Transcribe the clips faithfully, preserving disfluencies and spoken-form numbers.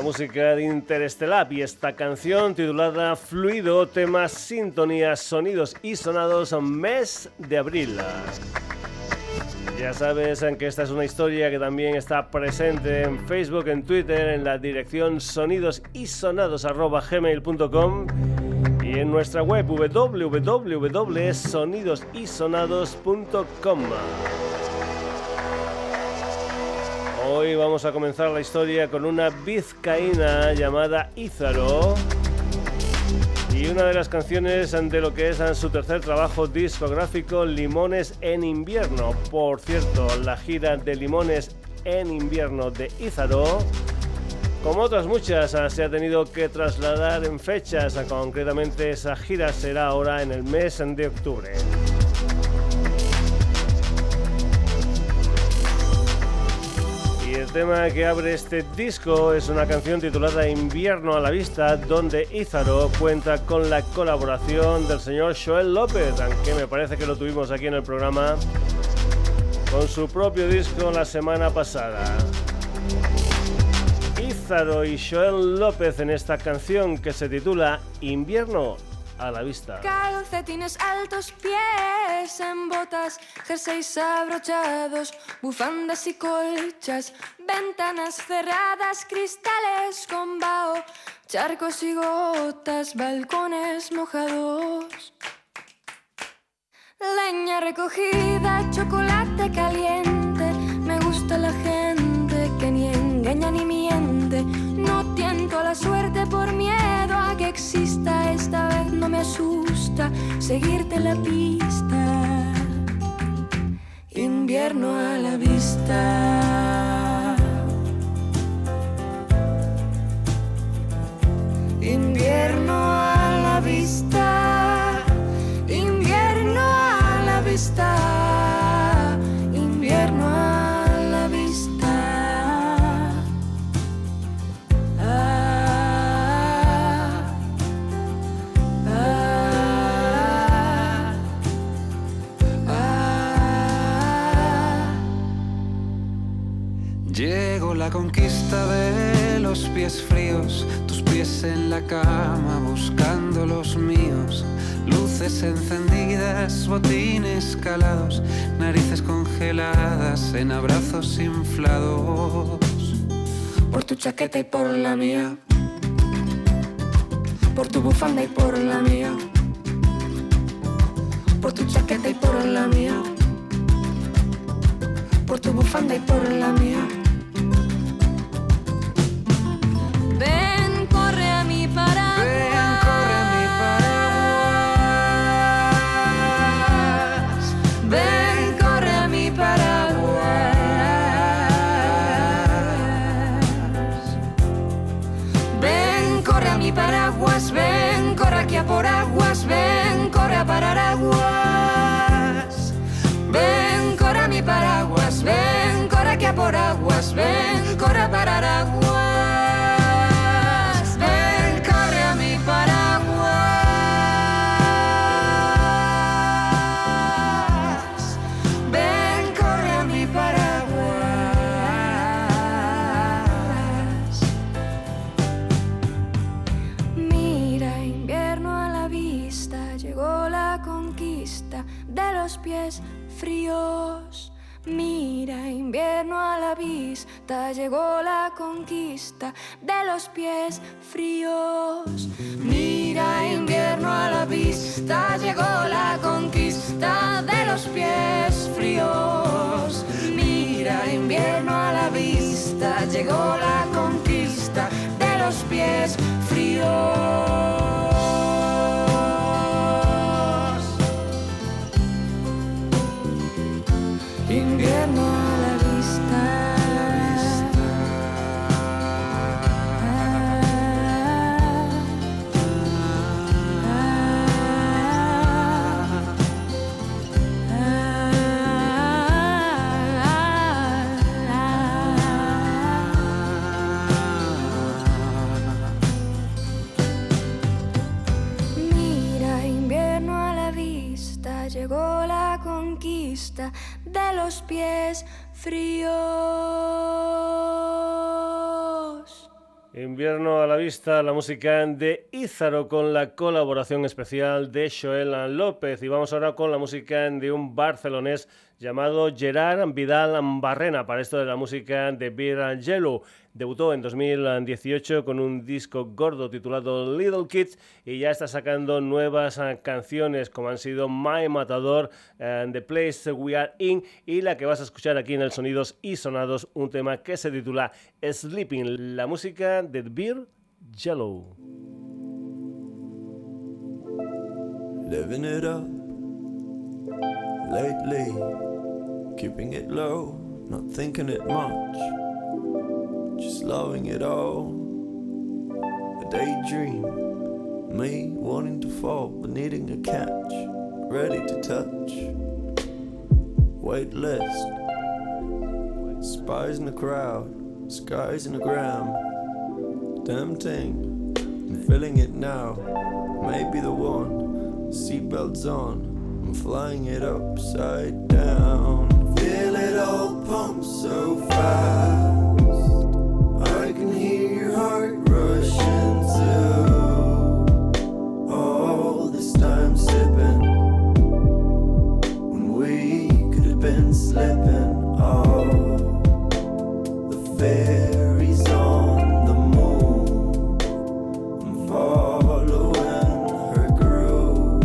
música de Interestelar y esta canción titulada Fluido, tema sintonía, sonidos y sonados, mes de abril. Ya sabes que esta es una historia que también está presente en Facebook, en Twitter, en la dirección sonidosysonados arroba gmail punto com y en nuestra web w w w punto sonidos y sonados punto com. Hoy vamos a comenzar la historia con una vizcaína llamada Ízaro y una de las canciones de lo que es su tercer trabajo discográfico, Limones en invierno. Por cierto, la gira de Limones en invierno de Ízaro, como otras muchas, se ha tenido que trasladar en fechas. Concretamente, esa gira será ahora en el mes de octubre. El tema que abre este disco es una canción titulada Invierno a la vista, donde Ízaro cuenta con la colaboración del señor Joel López, aunque me parece que lo tuvimos aquí en el programa con su propio disco la semana pasada. Ízaro y Joel López en esta canción que se titula Invierno a la vista. Calcetines altos, pies en botas, jerseys abrochados, bufandas y colchas, ventanas cerradas, cristales con vaho, charcos y gotas, balcones mojados. Leña recogida, chocolate caliente, me gusta la gente que ni engaña ni miente. No tiento a la suerte por miedo a que exista, esta vez no me asusta seguirte la pista. Invierno a la vista. Invierno a la vista. Invierno a la vista. Invierno a la vista. Llegó la conquista de los pies fríos, tus pies en la cama buscando los míos, luces encendidas, botines calados, narices congeladas en abrazos inflados. Por tu chaqueta y por la mía, por tu bufanda y por la mía, por tu chaqueta y por la mía, por tu bufanda y por la mía. Ven, corre a mi paraguas. Ven, corre a mi paraguas. Ven, corre a mi paraguas. Ven, corre a mi paraguas. Ven, corre aquí a por aguas. Ven, corre a parar aguas. Ven, corre a mi paraguas. Ven, corre aquí a por aguas. Ven, corre a parar aguas. De los pies fríos, mira, invierno a la vista, llegó la conquista. De los pies fríos, mira, invierno a la vista, llegó la conquista. De los pies fríos, mira, invierno a la vista, llegó la conquista. De los pies fríos. Invierno a la vista. Ah, ah, ah, Mira, invierno a la vista, llegó la conquista. De los pies fríos. Invierno a la vista, la música de Ízaro con la colaboración especial de Xoel López. Y vamos ahora con la música de un barcelonés llamado Gerard Vidal Barrena, para esto de la música de Beer Yellow. Debutó en dos mil dieciocho con un disco gordo titulado Little Kids y ya está sacando nuevas uh, canciones como han sido My Matador, uh, The Place We Are In y la que vas a escuchar aquí en el Sonidos y Sonados, un tema que se titula Sleeping, la música de Beer Yellow. Living it up lately, keeping it low, not thinking it much, just loving it all. A daydream, me wanting to fall but needing a catch, ready to touch. Waitlist, spies in the crowd, skies in the gram. Tempting, I'm feeling it now. Maybe the one, seatbelts on. I'm flying it upside down. Feel it all pump so fast. I can hear your heart rushing too. All this time sipping when we could have been slipping. Oh, the fairies on the moon. I'm following her groove.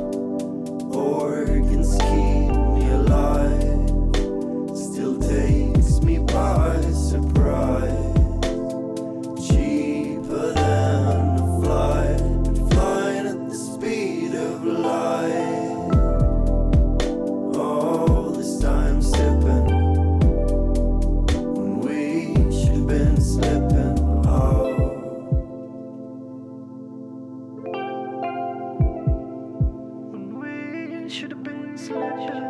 Organs keep me alive. Still takes me by surprise. Cheaper than a flight, but flying at the speed of light. All this time sipping when we should have been slipping. Oh, when we should have been slipping.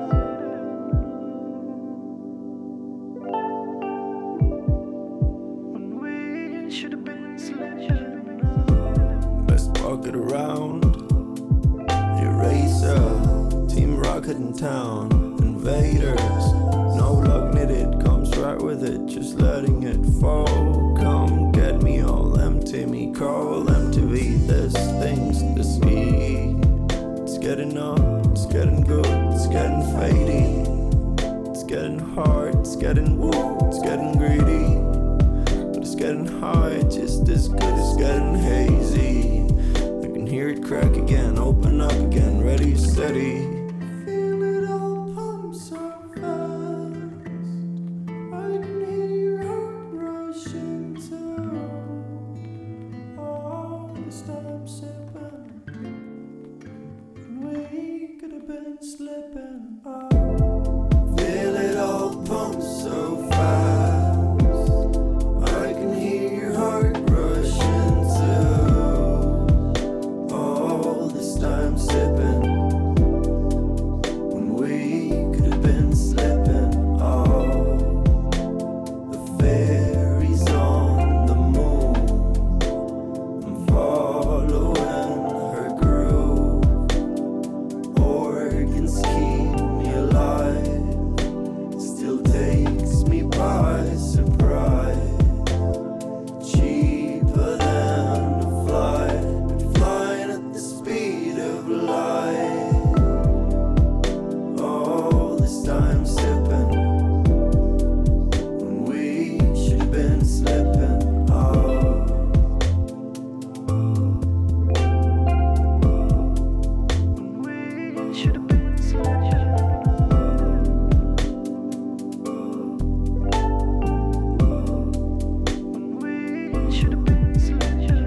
Best pocket around. Eraser, Team Rocket in town. Invaders, no luck knitted, comes right with it, just letting it fall. Come get me all empty, me call M T V. There's things to see. It's getting on, it's getting good, it's getting fading. It's getting hard, it's getting woo, it's getting greedy. It's getting high, just as good as getting hazy. I can hear it crack again, open up again, ready, steady. Feel it all pump so fast. I can hear your heart rushing too. All this time sipping, we could have been slipping. Oh. Feel it all pump so fast. I can hear your heart rushing too. All this time sipping when we could have been slipping. Oh, the fairies on the moon. I'm following her groove. Organs keep me alive. Still takes me by surprise. Cheaper than a flight, but flying at the speed of light. All this time sipping when we should have been slipping. Oh, when we should have been slipping. We should have been slipping.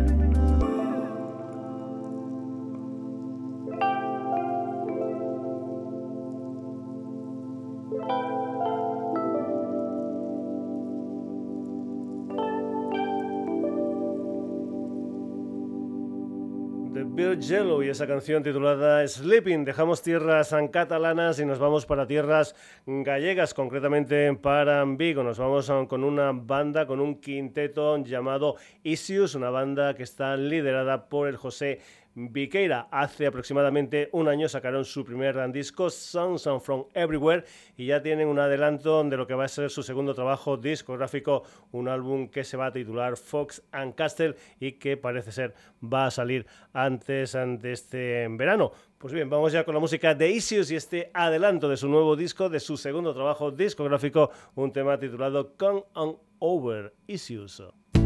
The Beer Yellow y esa canción titulada Sleeping. Dejamos tierras catalanas y nos vamos para tierras gallegas, concretamente para Vigo. Nos vamos con una banda, con un quinteto llamado Issues, una banda que está liderada por el José Viqueira. Hace aproximadamente un año sacaron su primer gran disco, Songs from Everywhere, y ya tienen un adelanto de lo que va a ser su segundo trabajo discográfico, un álbum que se va a titular Fox and Castle y que parece ser va a salir antes de este verano. Pues bien, vamos ya con la música de Issues y este adelanto de su nuevo disco, de su segundo trabajo discográfico, un tema titulado Come On Over, Issues.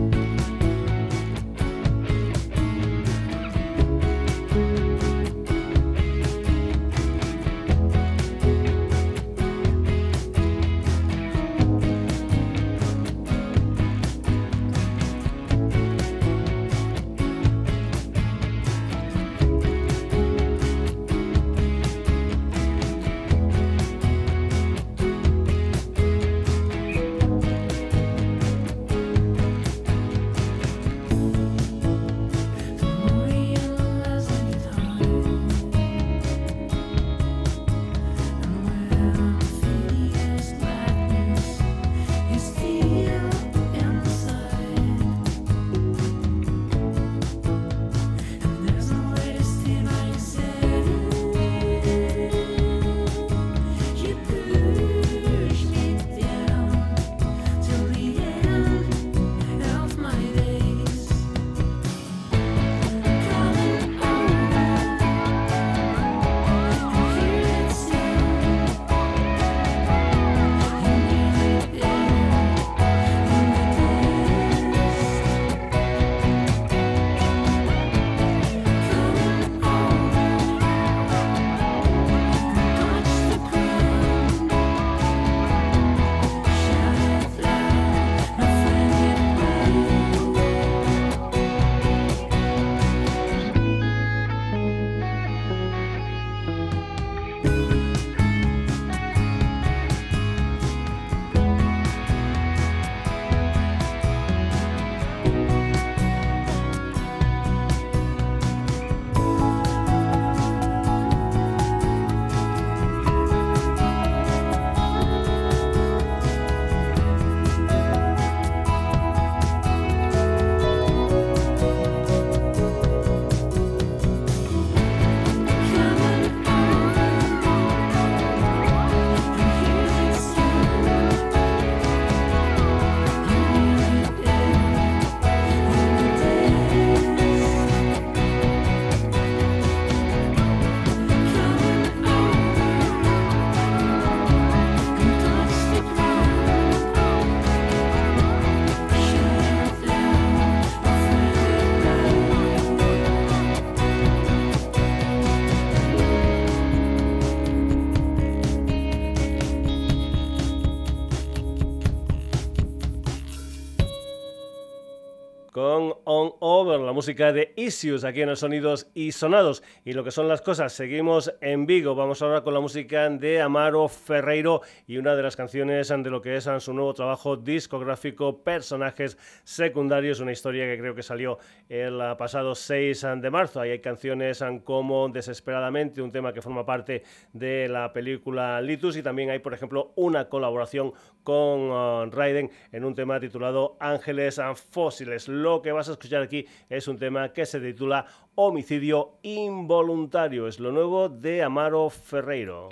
Con On Over, la música de Issues aquí en los Sonidos y Sonados. Y lo que son las cosas, seguimos en Vigo. Vamos ahora con la música de Amaro Ferreiro y una de las canciones de lo que es su nuevo trabajo discográfico, Personajes Secundarios, una historia que creo que salió el pasado seis de marzo. Ahí hay canciones como Desesperadamente, un tema que forma parte de la película Litus, y también hay, por ejemplo, una colaboración con uh, Raiden en un tema titulado Ángeles Fósiles. Lo que vas a escuchar aquí es un tema que se titula Homicidio Involuntario. Es lo nuevo de Amaro Ferreiro.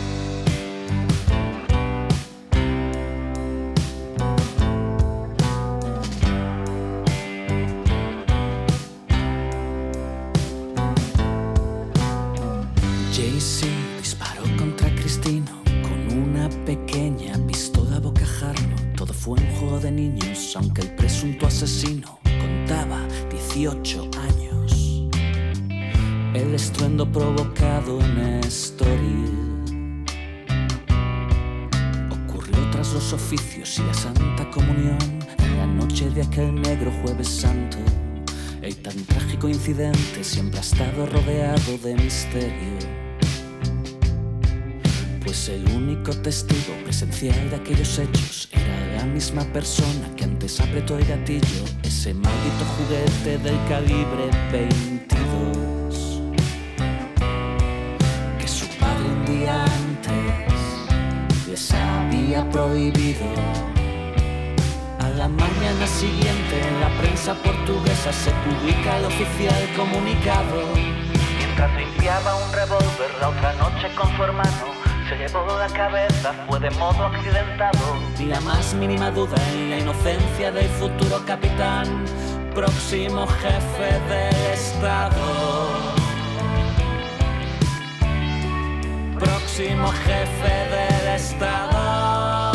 Jay-Z disparó contra Cristino con una pequeña pistola bocajarro. Todo fue un juego de niños, aunque el presunto asesino contaba dieciocho años. El estruendo provocado en Estoril ocurrió tras los oficios y la Santa Comunión en la noche de aquel negro Jueves Santo. El tan trágico incidente siempre ha estado rodeado de misterio, pues el único testigo presencial de aquellos hechos era la misma persona que antes apretó el gatillo, ese maldito juguete del calibre veintidós que su padre un día antes les había prohibido. A la mañana siguiente en la prensa portuguesa se publica el oficial comunicado. Mientras limpiaba un revólver la otra noche con su hermano, se llevó la cabeza, fue de modo accidentado. Ni la más mínima duda en la inocencia del futuro capitán, próximo jefe del Estado. Próximo jefe del Estado.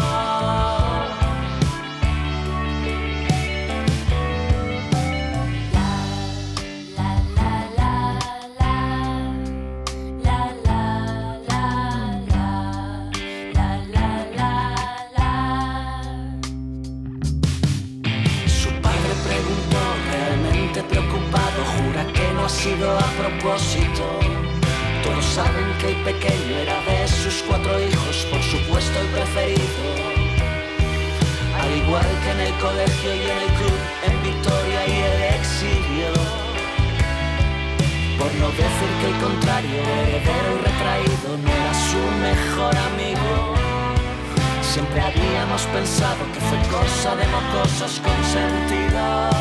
Ha sido a propósito. Todos saben que el pequeño era de sus cuatro hijos, por supuesto el preferido. Al igual que en el colegio y en el club, en Victoria y el exilio. Por no decir que el contrario, heredero y retraído, no era su mejor amigo. Siempre habíamos pensado que fue cosa de mocosos consentidos.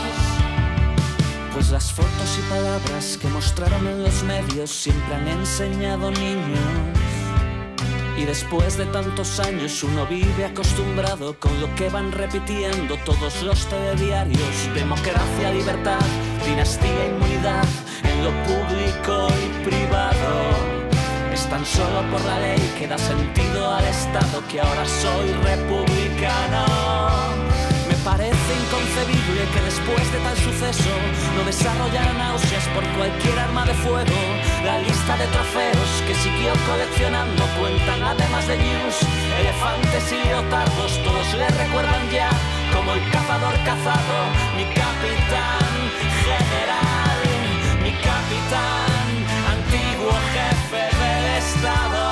Pues las fotos y palabras que mostraron en los medios siempre han enseñado niños. Y después de tantos años uno vive acostumbrado con lo que van repitiendo todos los telediarios. Democracia, libertad, dinastía, inmunidad, en lo público y privado. Es tan solo por la ley que da sentido al Estado que ahora soy republicano. Parece inconcebible que después de tal suceso no desarrollara náuseas por cualquier arma de fuego. La lista de trofeos que siguió coleccionando cuentan además de news, elefantes y leotardos. Todos le recuerdan ya como el cazador cazado, mi capitán general, mi capitán, antiguo jefe del Estado.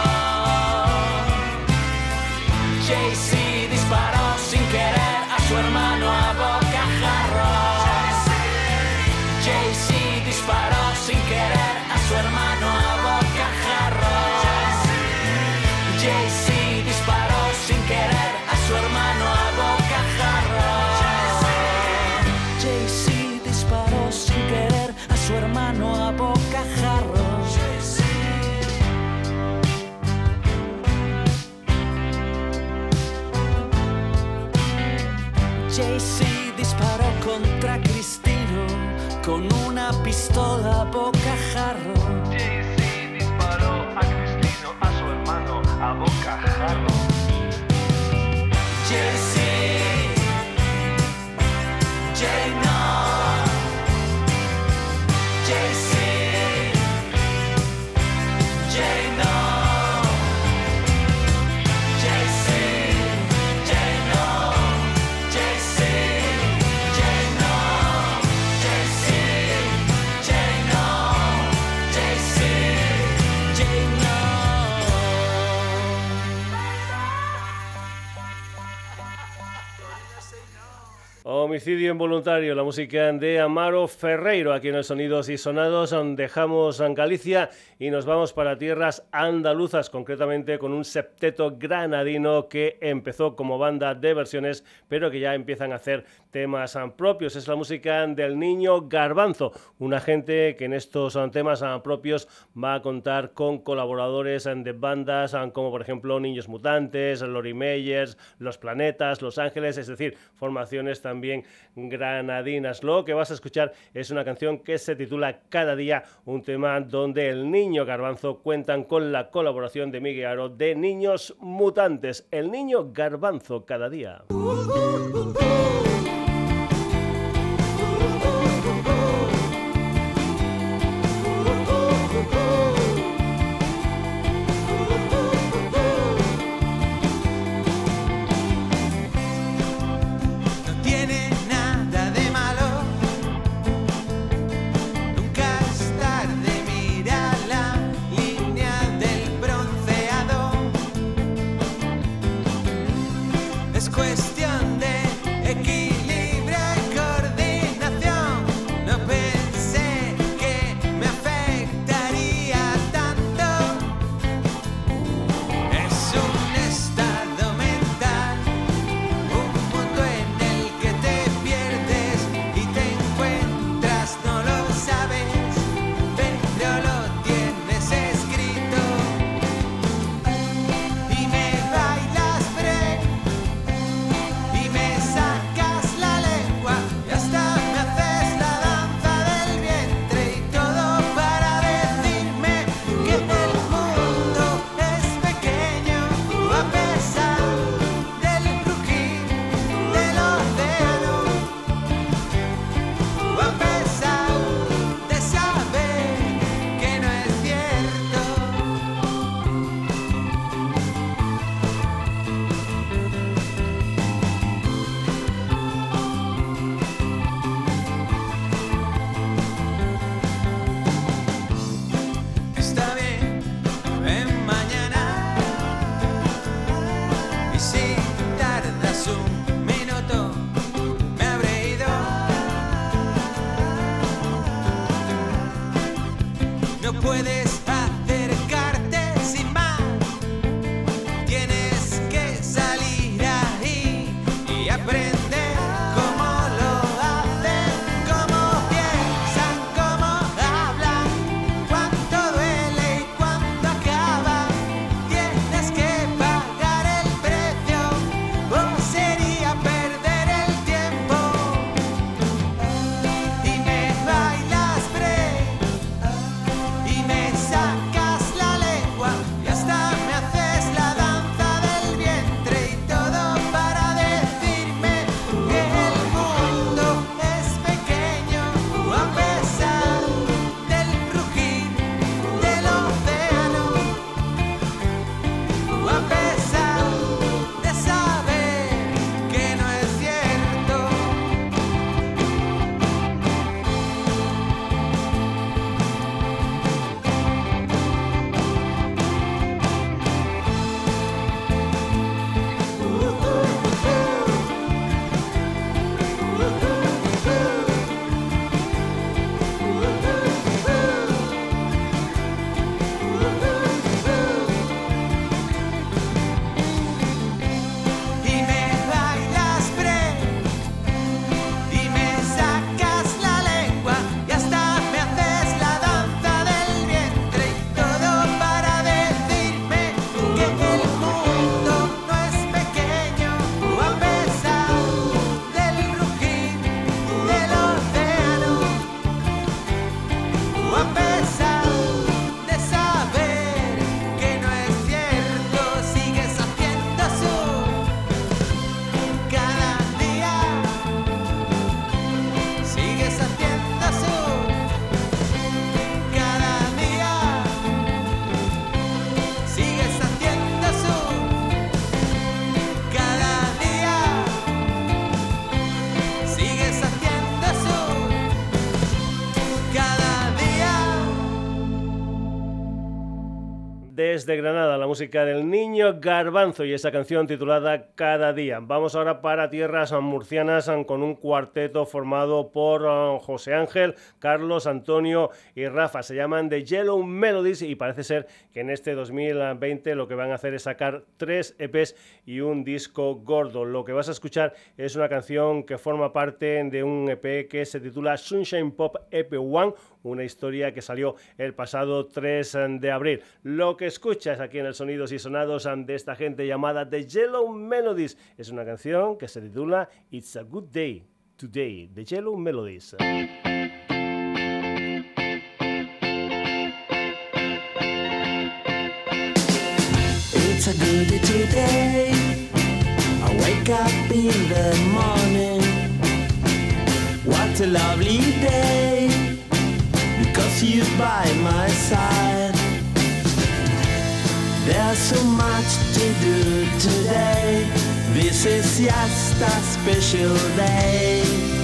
Jay-Z disparó sin querer a su hermano a bocajarro. Jay-Z disparó sin querer a su hermano a bocajarro. Jay-Z disparó sin querer a su hermano a bocajarro. Jay-Z disparó sin querer a su hermano a bocajarro. Jay-Z disparó contra Cristino con una pistola a bocajarro. Jay-Z disparó a Cristino, a su hermano, a bocajarro. Jay-Z, Jay-No, Jay-Z, Jay-No. Homicidio involuntario, la música de Amaro Ferreiro, aquí en el Sonidos y Sonados. Dejamos Galicia y nos vamos para tierras andaluzas, concretamente con un septeto granadino que empezó como banda de versiones, pero que ya empiezan a hacer temas propios. Es la música del Niño Garbanzo, una gente que en estos temas propios va a contar con colaboradores de bandas como por ejemplo Niños Mutantes, Lori Meyers, Los Planetas, Los Ángeles, es decir, formaciones también granadinas. Lo que vas a escuchar es una canción que se titula Cada Día, un tema donde el Niño Garbanzo cuentan con la colaboración de Miguel Aro de Niños Mutantes. El Niño Garbanzo, Cada Día. Cuestión de equilibrio. sacas la lengua y hasta me haces la danza del vientre y todo para decirme que el mundo es pequeño a pesar del rugir del océano, a pesar de saber que no es cierto. Y me bailas break y me sacas la lengua y hasta me haces la danza del vientre y todo para decirme que el mundo no es pequeño a pesar del rugir del océano, a pesar de saber que no es cierto. Sigues haciendo sur cada día, sigues haciendo sur cada día, sigues haciendo sur cada día, sigues haciendo sur cada día. Desde Granada, la música del Niño Garbanzo y esa canción titulada Cada Día. Vamos ahora para tierras murcianas con un cuarteto formado por uh, José Ángel, Carlos, Antonio y Rafa. Se llaman The Yellow Melodies y parece ser que en este dos mil veinte lo que van a hacer es sacar tres E Pes y un disco gordo. Lo que vas a escuchar es una canción que forma parte de un E P que se titula Sunshine Pop E P uno, una historia que salió el pasado tres de abril. Lo que escuchas aquí en el Sonidos y Sonados de esta gente llamada The Yellow Melodies es una canción que se titula It's a Good Day Today, The Yellow Melodies. It's a good day today. I wake up in the morning. What a lovely day, because you're by my side. There's so much to do today. This is just a special day.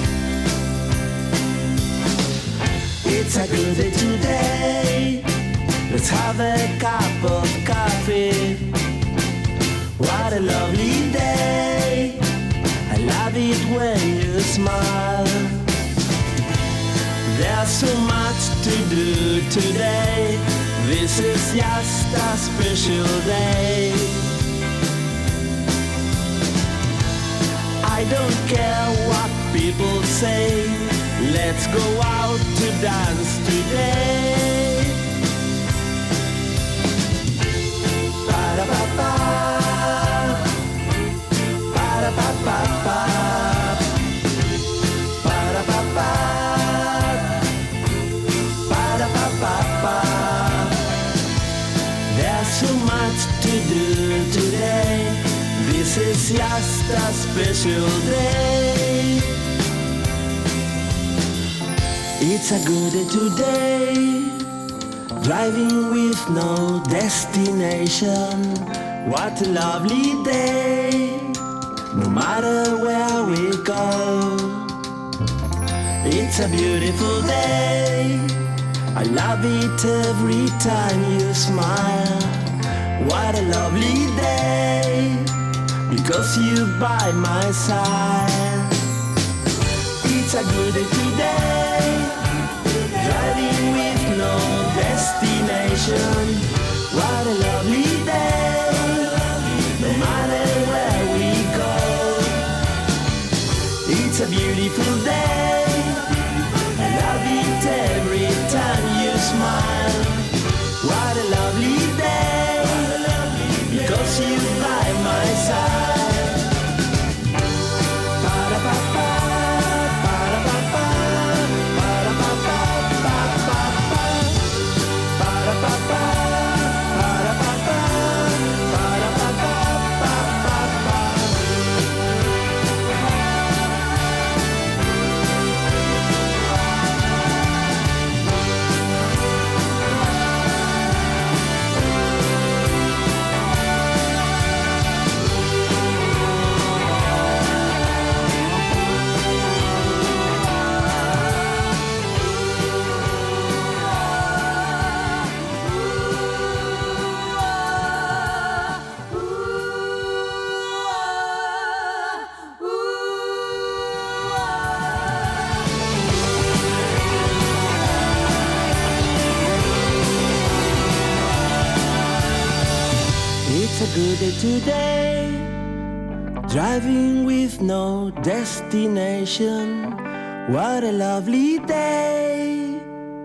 It's a good day today. Let's have a cup of coffee. What a lovely day. I love it when you smile. There's so much to do today. This is just a special day. I don't care what people say. Let's go out to dance today. Ba-da-ba-ba, ba-da-ba-ba-ba, ba-da-ba-ba, ba-da-ba-ba-ba. There's so much to do today. This is just a special day. It's a good day today. Driving with no destination. What a lovely day. No matter where we go. It's a beautiful day. I love it every time you smile. What a lovely day, because you're by my side. It's a good day today, driving with no destination. What a lovely day, no matter where we go. It's a beautiful day, I love it every time you smile. What a lovely day, because you're by my side. Ba-da-ba-ba, ba-da-ba-ba, ba-da-ba-ba, ba-da-ba-ba, ba-da-ba-ba. good day today, driving with no destination. What a lovely day.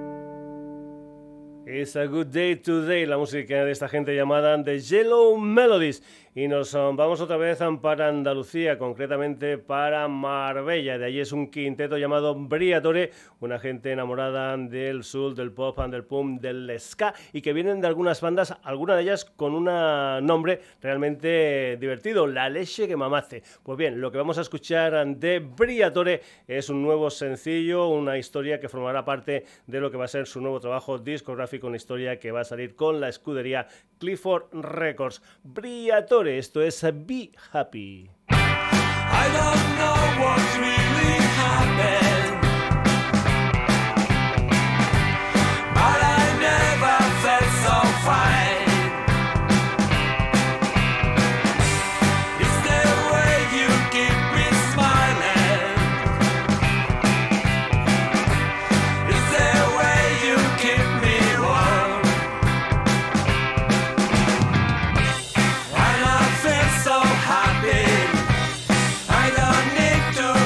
It's a good day today, la música de esta gente llamada The Yellow Melodies. Y nos um, vamos otra vez um, para Andalucía, concretamente para Marbella. De allí es un quinteto llamado Briatore, una gente enamorada del soul, del pop, del punk, del ska, y que vienen de algunas bandas, algunas de ellas con un nombre realmente divertido, La Leche que Mamace. Pues bien, lo que vamos a escuchar de Briatore es un nuevo sencillo, una historia que formará parte de lo que va a ser su nuevo trabajo discográfico, una historia que va a salir con la escudería Clifford Records. Briatore, esto es Be Happy. I don't know what really happened, but I never felt so fine. It's the way you keep me smiling, it's the way you keep me warm, and I feel so happy. I don't need to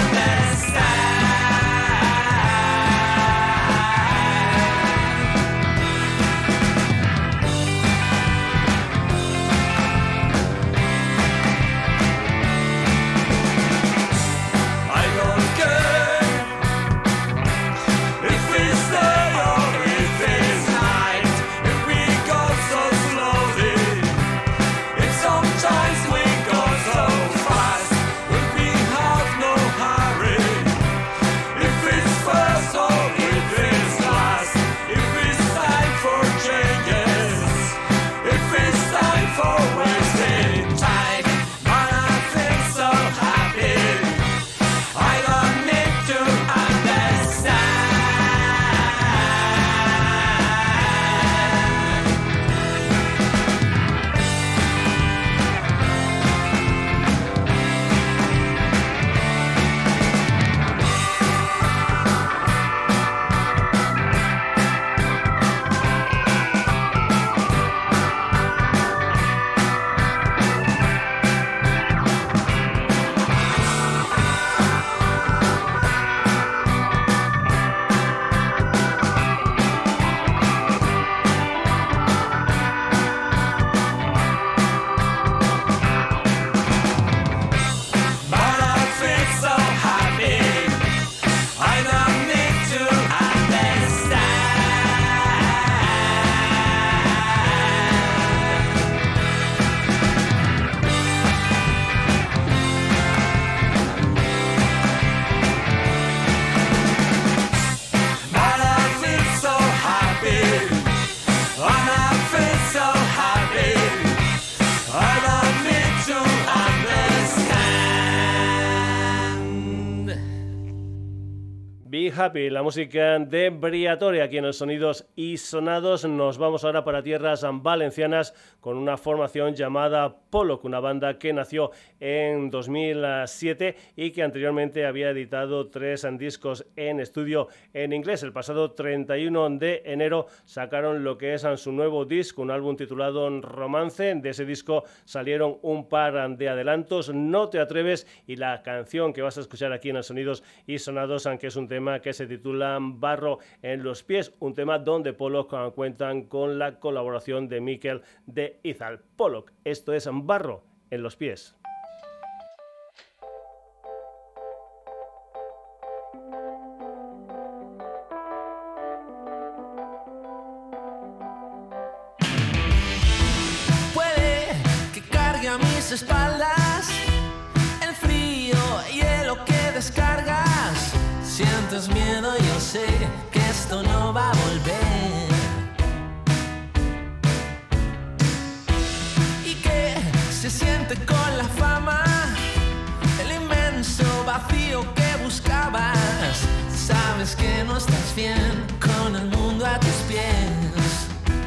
Be Happy, la música de Briatore aquí en los Sonidos y Sonados. Nos vamos ahora para tierras valencianas con una formación llamada Pollock, una banda que nació en dos mil siete y que anteriormente había editado tres discos en estudio en inglés. El pasado treinta y uno de enero sacaron lo que es su nuevo disco, un álbum titulado Romance. De ese disco salieron un par de adelantos, No te atreves y la canción que vas a escuchar aquí en los Sonidos y Sonados, aunque es un tema que se titula Barro en los pies, un tema donde Pollock cuentan con la colaboración de Mikel de Izal. Pollock, esto es Barro en los pies. Puede que cargue a mis espaldas el frío y hielo que descargas. Sientes miedo, yo sé que esto no va a volver. Y que se siente con la fama, el inmenso vacío que buscabas. Sabes que no estás bien con el mundo a tus pies.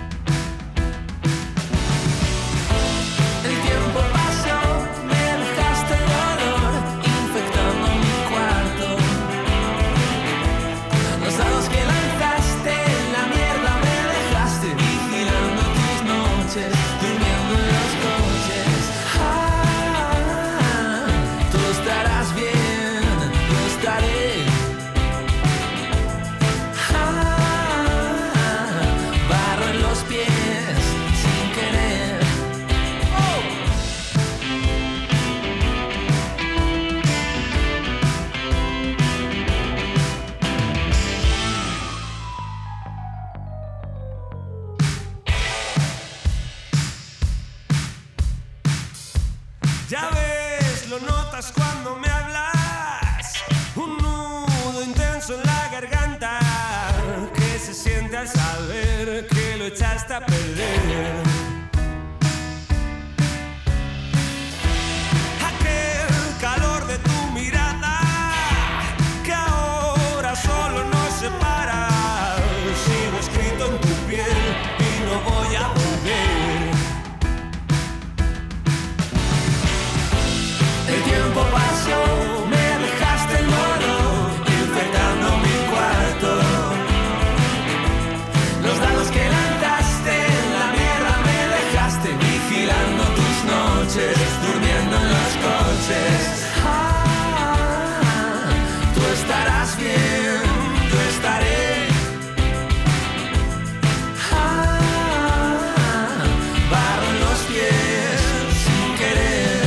El tiempo pasó, me dejaste el dolor infectando mi cuarto. Los dados que lanzaste, la mierda me dejaste vigilando tus noches, durmiendo en los coches. notas cuando me hablas, un nudo intenso en la garganta que se siente al saber que lo echaste a perder. Aquel calor de tu mirada que ahora solo nos separa, sigo escrito en tu piel y no voy a volver. El tiempo pasó, me dejaste el mono infectando mi cuarto. Los dados que lanzaste en la mierda me dejaste vigilando tus noches, durmiendo en los coches. Ah, tú estarás bien, yo estaré. Ah, barro en los pies sin querer.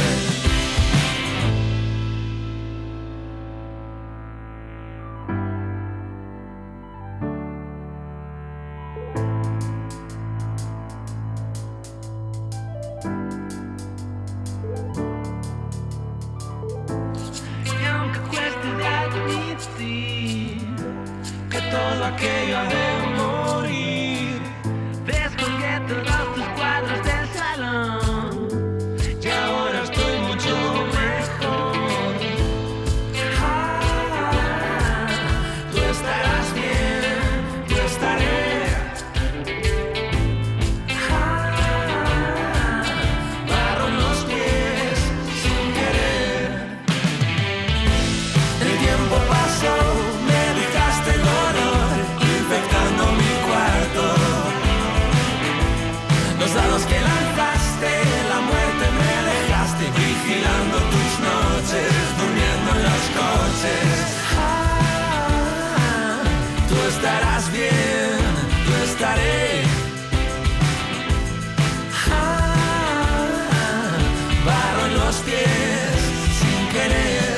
Y aunque cueste de admitir que todo aquello ha de morir, descolgué todos tus cuadros del salón y ahora estoy mucho mejor. Ah, tú estarás bien, yo estaré. Ah, barro en los pies sin querer. El tiempo pasó, me dejaste el dolor infectando mi cuarto. Los dados que lanzaste, la muerte me dejaste vigilando tus noches, durmiendo en los coches. Ah, tú estarás bien, yo estaré. Ah, barro en los pies sin querer.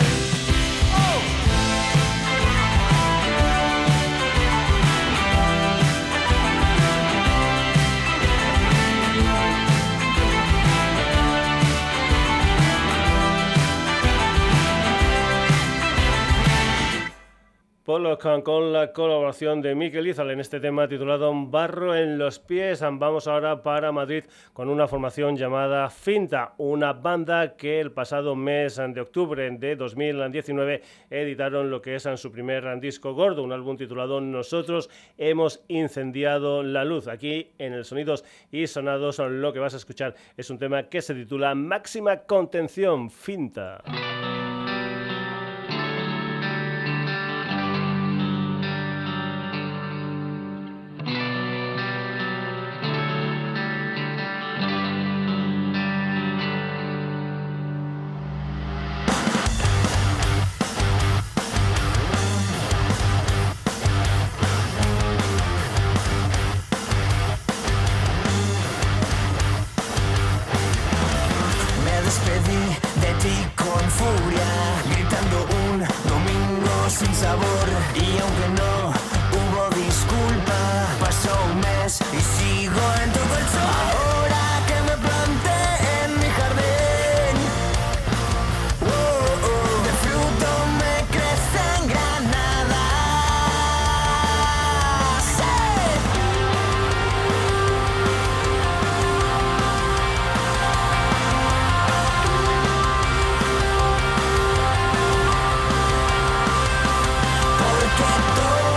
Pollock con la colaboración de Mikel Izal en este tema titulado Barro en los pies. Vamos ahora para Madrid con una formación llamada Finta, una banda que el pasado mes de octubre de dos mil diecinueve editaron lo que es su primer disco gordo, un álbum titulado Nosotros hemos incendiado la luz. Aquí en el Sonidos y Sonados lo que vas a escuchar es un tema que se titula Máxima Contención, Finta. Me despedí de ti con furia, gritando un domingo sin sabor. Y aunque no hubo disculpa, pasó un mes y sigo en tu colchón. Ahora que me planté en mi jardín, oh, oh, de fruto me crecen granadas. ¡Sí! Porque todo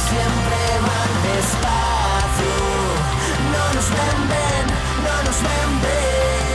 siempre van despacio. No nos ven, ven, no nos ven, ven.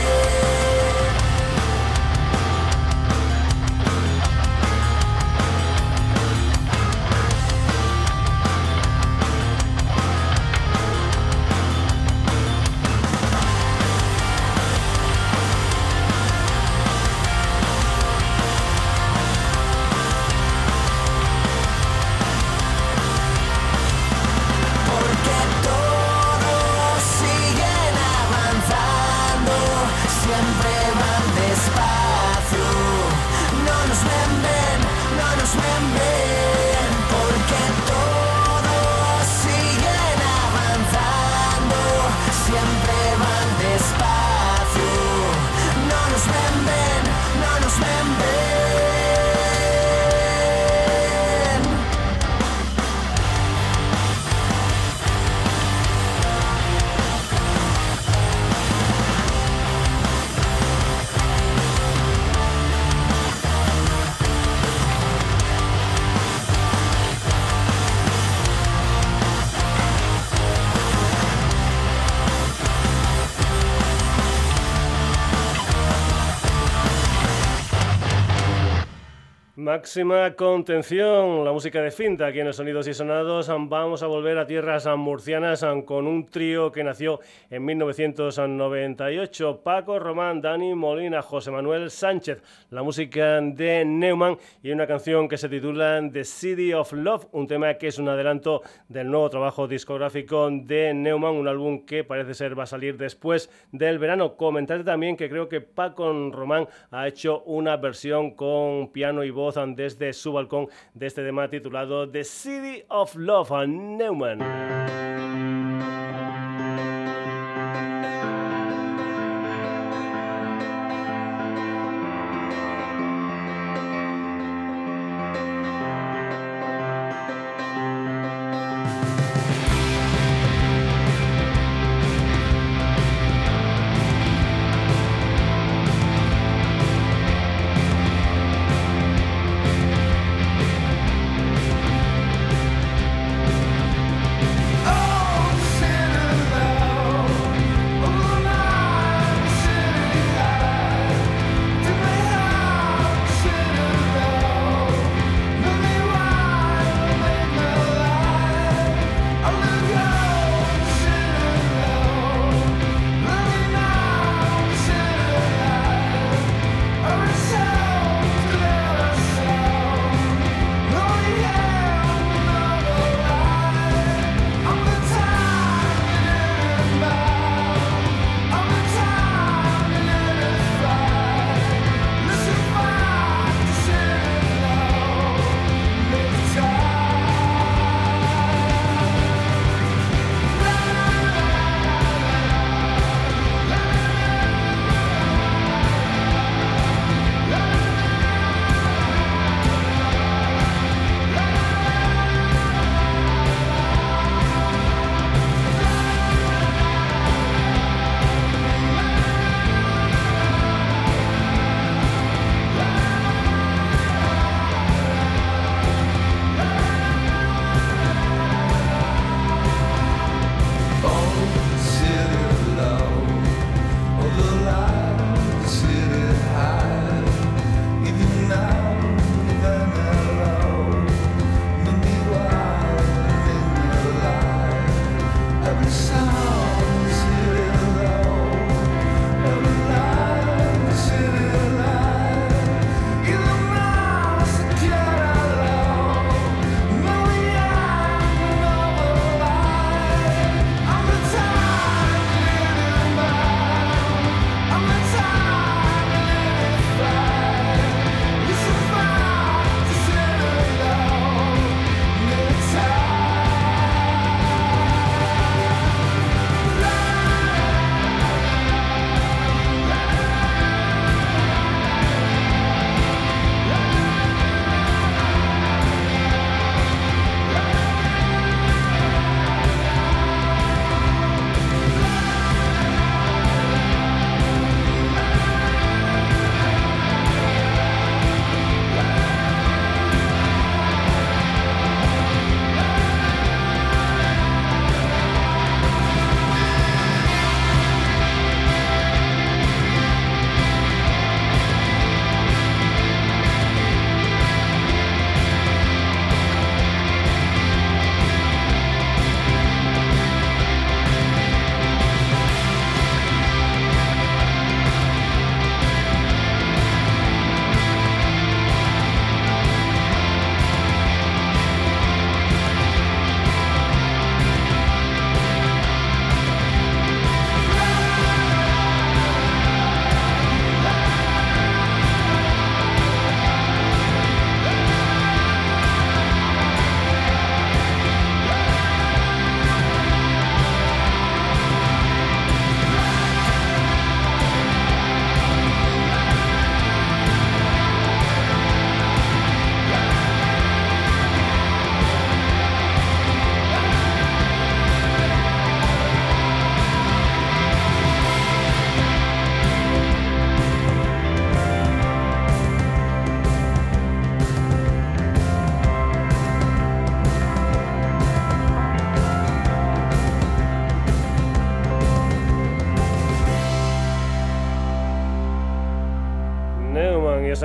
Máxima contención, la música de Finta aquí en el Sonidos y Sonados. Vamos a volver a tierras murcianas con un trío que nació en mil novecientos noventa y ocho. Paco Román, Dani Molina, José Manuel Sánchez. La música de Neumann y una canción que se titula The City of Love, un tema que es un adelanto del nuevo trabajo discográfico de Neumann, un álbum que parece ser va a salir después del verano. Comentarte también que creo que Paco Román ha hecho una versión con piano y voz desde su balcón de este tema titulado The City of Love, a Neumann. Oh,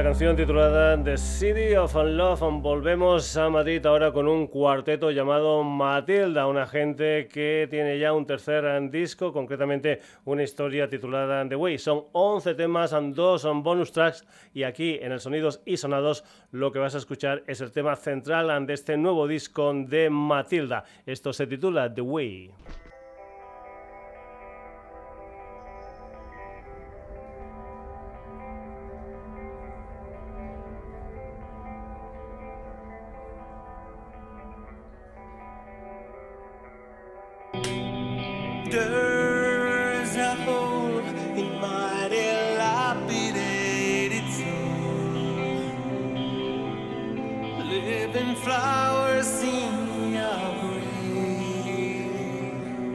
canción titulada The City of Love. Volvemos a Madrid ahora con un cuarteto llamado Matilda, una gente que tiene ya un tercer disco, concretamente una historia titulada The Way. Son once temas, dos son bonus tracks, y aquí en el Sonidos y Sonados lo que vas a escuchar es el tema central de este nuevo disco de Matilda. Esto se titula The Way. There's a hole in my dilapidated soul, living flowers in your grave.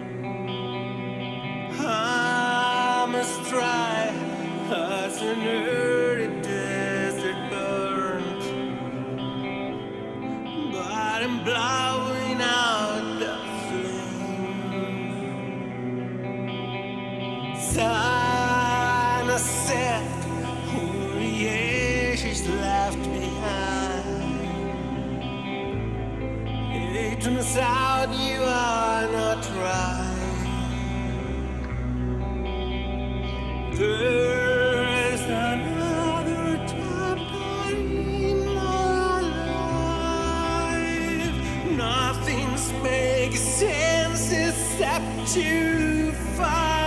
I must try as an early desert burns, but I'm blowing out the sunset, all the ashes left behind. It turns out you are not right. There's another chapter in my life. Nothing makes sense except to fight.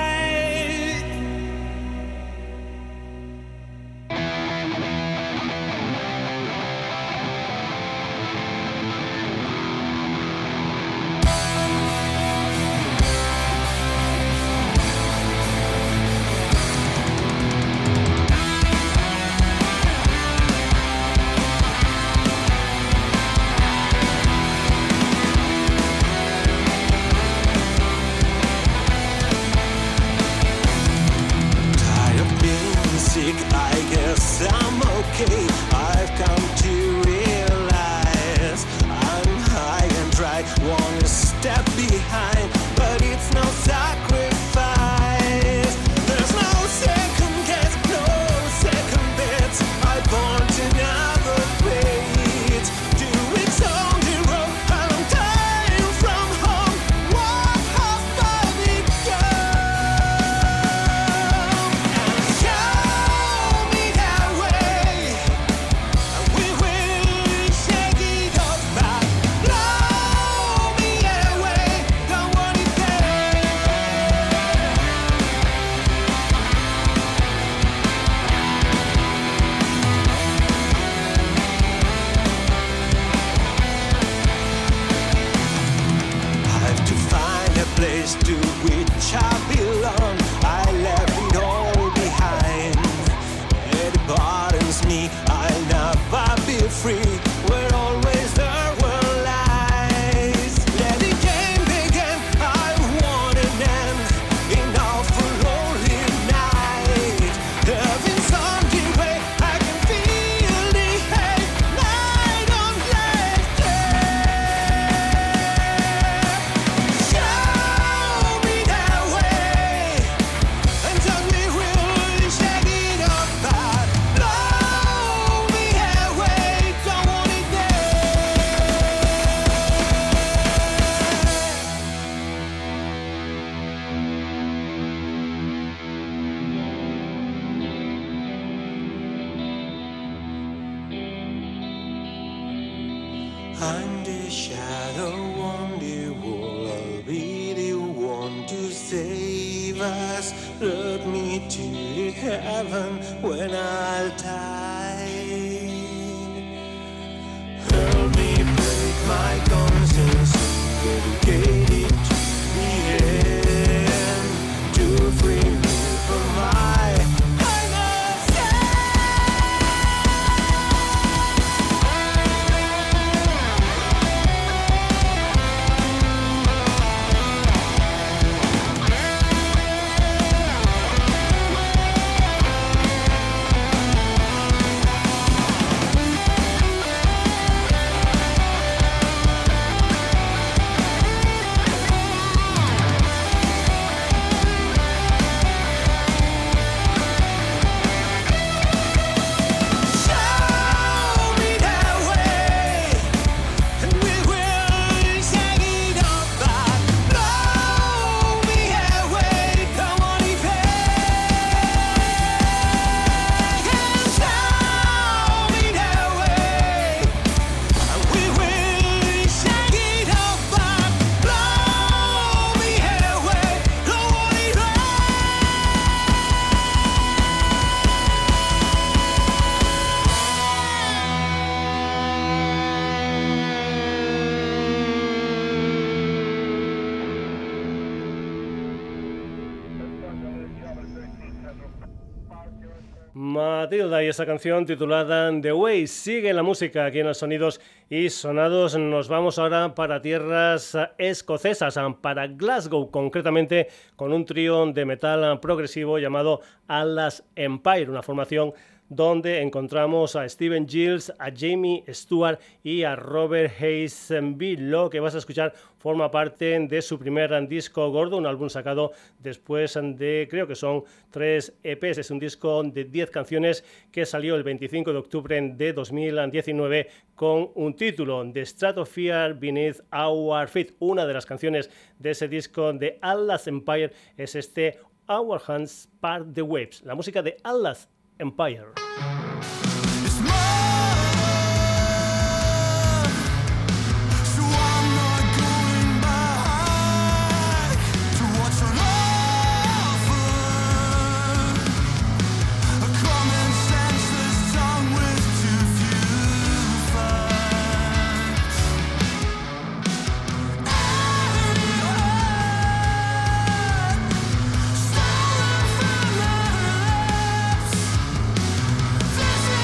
I'm okay, I've come to realize I'm high and dry, wanna step behind, but it's no sacrifice. There's no second guess, no second bets. I want another page to its own hero. I'm tired from home. What have I become? And show me that way. We will shake it off back. Blow me away. Don't want it there. I have to find a place to which I belong. I left it all behind. It burdens me. I'll never be free. We're always there where lies. Let the game begin. I want an end. Enough for lonely night. Heaven's on the way. I can feel the hate. Night on left show me that way, and tell me we'll shake it off back. Blow me away, don't want it I'm the shadow on the wall. I'll be the one to save us. Lead me to heaven when I'll die. Help me break my conscience, dedicated to the end, to free me from my Matilda y esa canción titulada The Way. Sigue la música aquí en los Sonidos y Sonados. Nos vamos ahora para tierras escocesas, para Glasgow, concretamente con un trío de metal progresivo llamado Atlas Empire, una formación donde encontramos a Stephen Giles, a Jamie Stewart y a Robert Hazenby. Lo que vas a escuchar forma parte de su primer disco gordo, un álbum sacado después de, creo que son tres E Pes. Es un disco de diez canciones que salió el veinticinco de octubre de dos mil diecinueve con un título, The Stratosphere Beneath Our Feet. Una de las canciones de ese disco de Atlas Empire es este Our Hands Part the Waves, la música de Atlas Empire. This is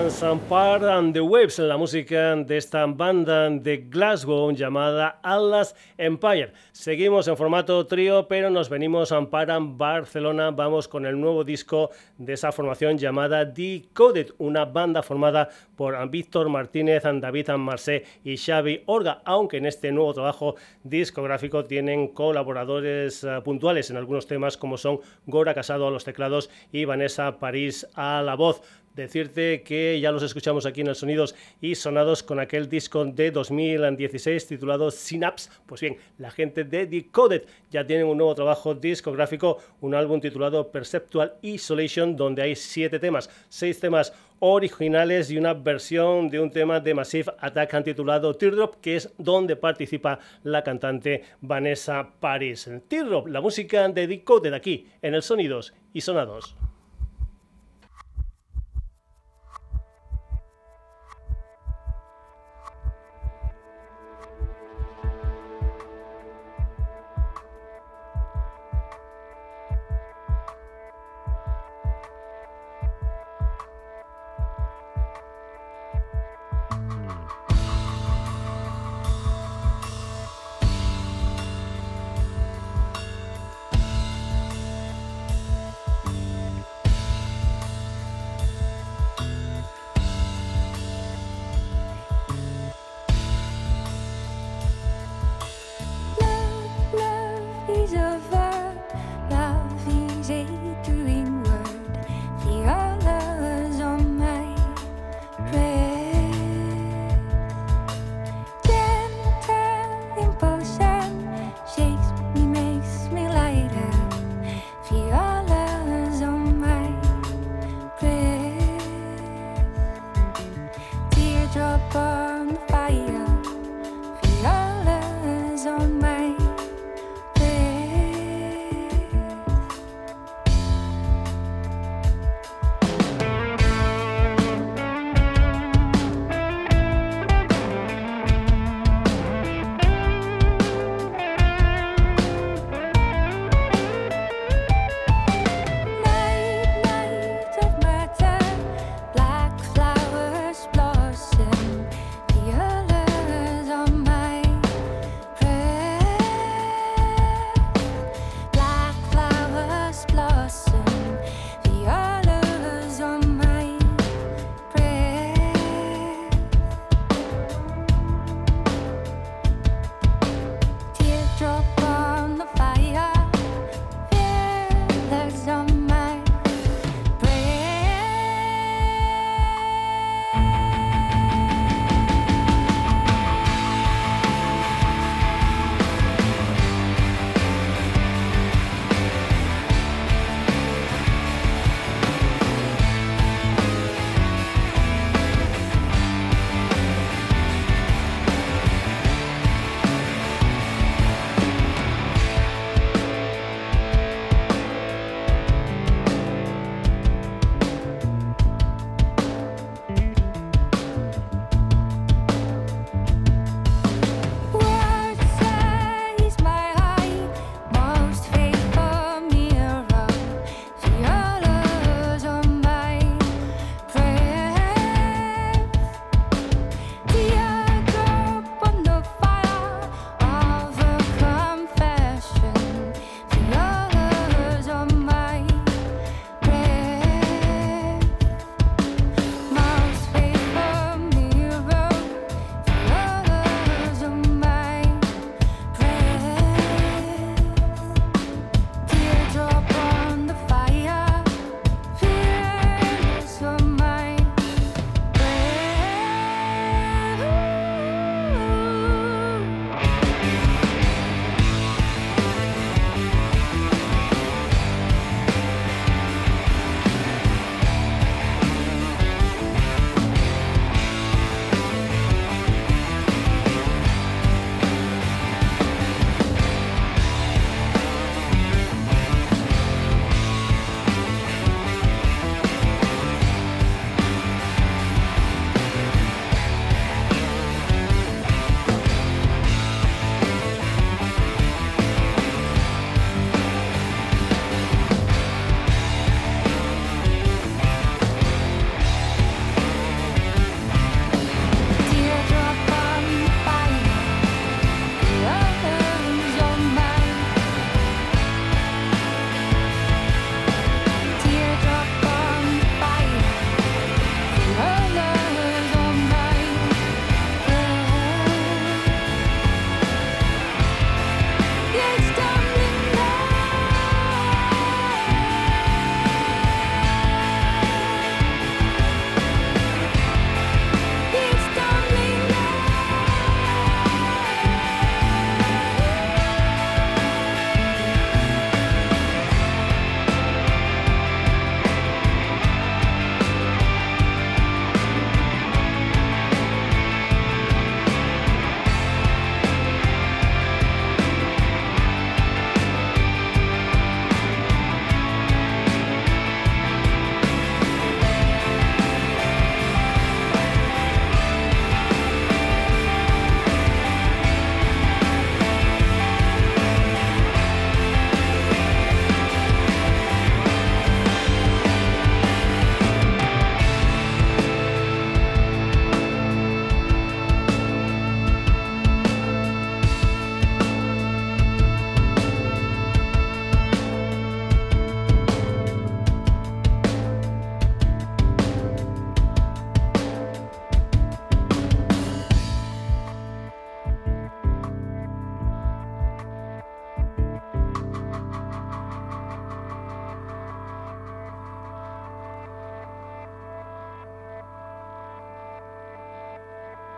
Dance and Part and the Waves, la música de esta banda de Glasgow llamada Atlas Empire. Seguimos en formato trío, pero nos venimos para Barcelona. Vamos con el nuevo disco de esa formación llamada Decoded, una banda formada por Víctor Martínez, David Marcé y Xavi Orga, aunque en este nuevo trabajo discográfico tienen colaboradores uh, puntuales en algunos temas, como son Gora Casado a los teclados y Vanessa París a la voz. Decirte que ya los escuchamos aquí en el Sonidos y Sonados con aquel disco de dos mil dieciséis titulado Synapse. Pues bien, la gente de Decoded ya tienen un nuevo trabajo discográfico, un álbum titulado Perceptual Isolation, donde hay siete temas, seis temas originales y una versión de un tema de Massive Attack titulado Teardrop, que es donde participa la cantante Vanessa Paris. Teardrop, la música de Decoded aquí en el Sonidos y Sonados.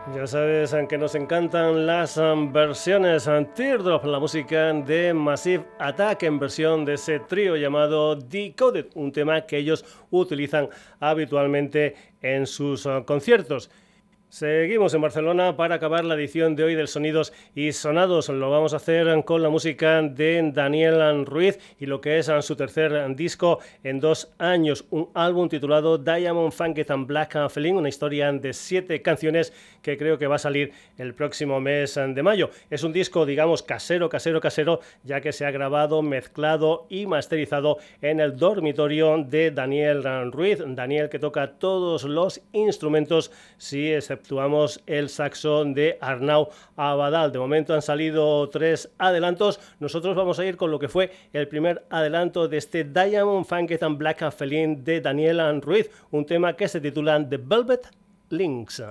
Ya sabes que nos encantan las um, versiones um, Teardrop, la música de Massive Attack en versión de ese trío llamado Decoded, un tema que ellos utilizan habitualmente en sus uh, conciertos. Seguimos en Barcelona para acabar la edición de hoy del Sonidos y Sonados. Lo vamos a hacer con la música de Daniel Ruiz y lo que es su tercer disco en dos años, un álbum titulado Diamond, Funked and Black Feeling, una historia de siete canciones que creo que va a salir el próximo mes de mayo. Es un disco, digamos, casero, casero, casero, ya que se ha grabado, mezclado y masterizado en el dormitorio de Daniel Ruiz. Daniel, que toca todos los instrumentos, sí, exceptuamos el saxo de Arnau Abadal. De momento han salido tres adelantos. Nosotros vamos a ir con lo que fue el primer adelanto de este Diamond, Funked and Black Feeling de Daniel Ruiz, un tema que se titula The Velvet Links.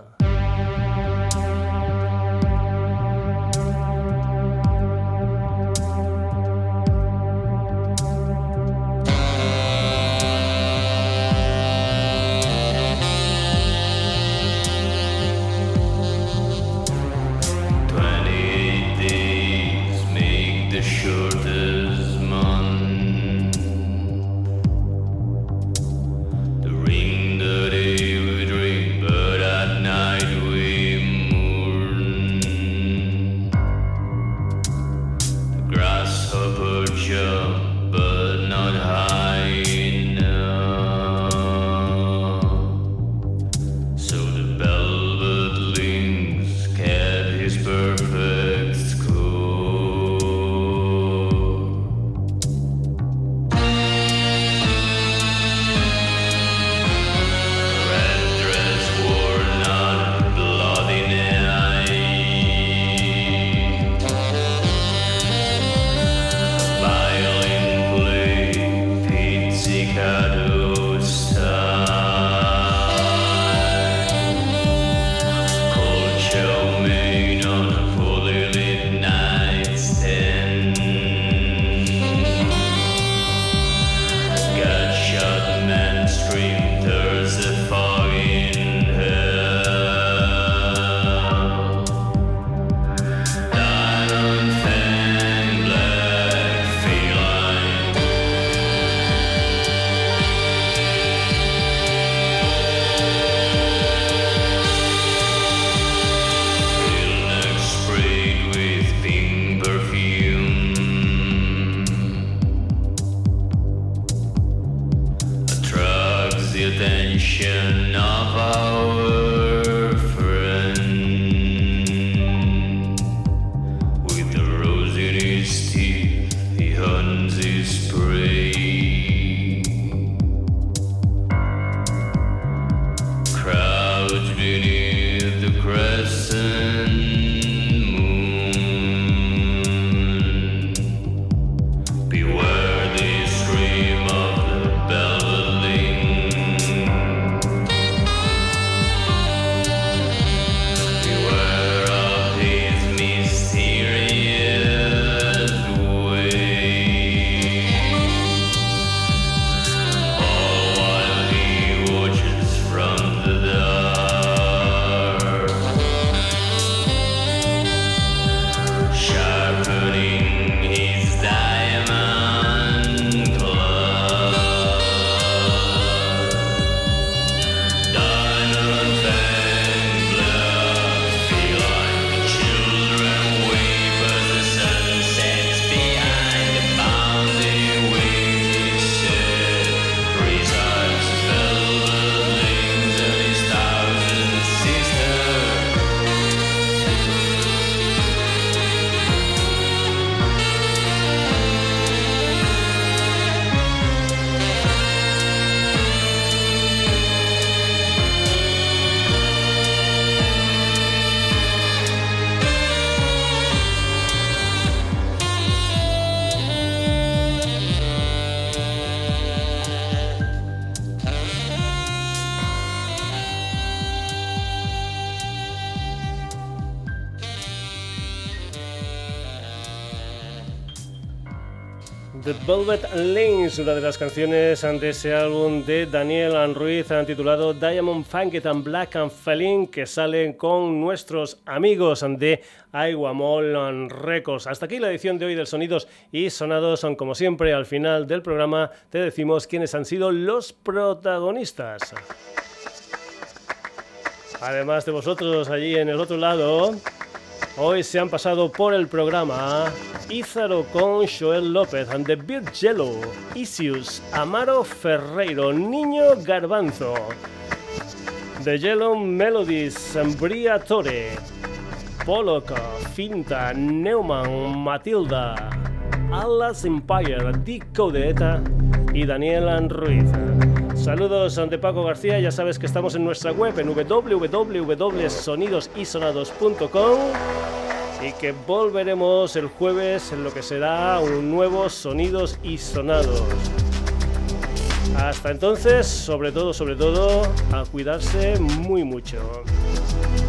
Violin The Velvet Links, una de las canciones de ese álbum de Daniel Ruiz titulado Diamond Funk and Black and Feeling, que salen con nuestros amigos de Aiguamol Records. Hasta aquí la edición de hoy del Sonidos y Sonados. Son como siempre, al final del programa te decimos quiénes han sido los protagonistas. Además de vosotros allí en el otro lado, hoy se han pasado por el programa Ízaro con Joel López, and The Beer Yellow, Isius, Amaro Ferreiro, Niño Garbanzo, The Yellow Melodies, Bria Tore, Pollock, Finta, Neumann, Matilda, Atlas Empire, Dick Codeta y Daniel Ruiz. Saludos de Paco García, ya sabes que estamos en nuestra web en w w w punto sonidos y sonados punto com y que volveremos el jueves en lo que será un nuevo Sonidos y Sonados. Hasta entonces, sobre todo, sobre todo, a cuidarse muy mucho.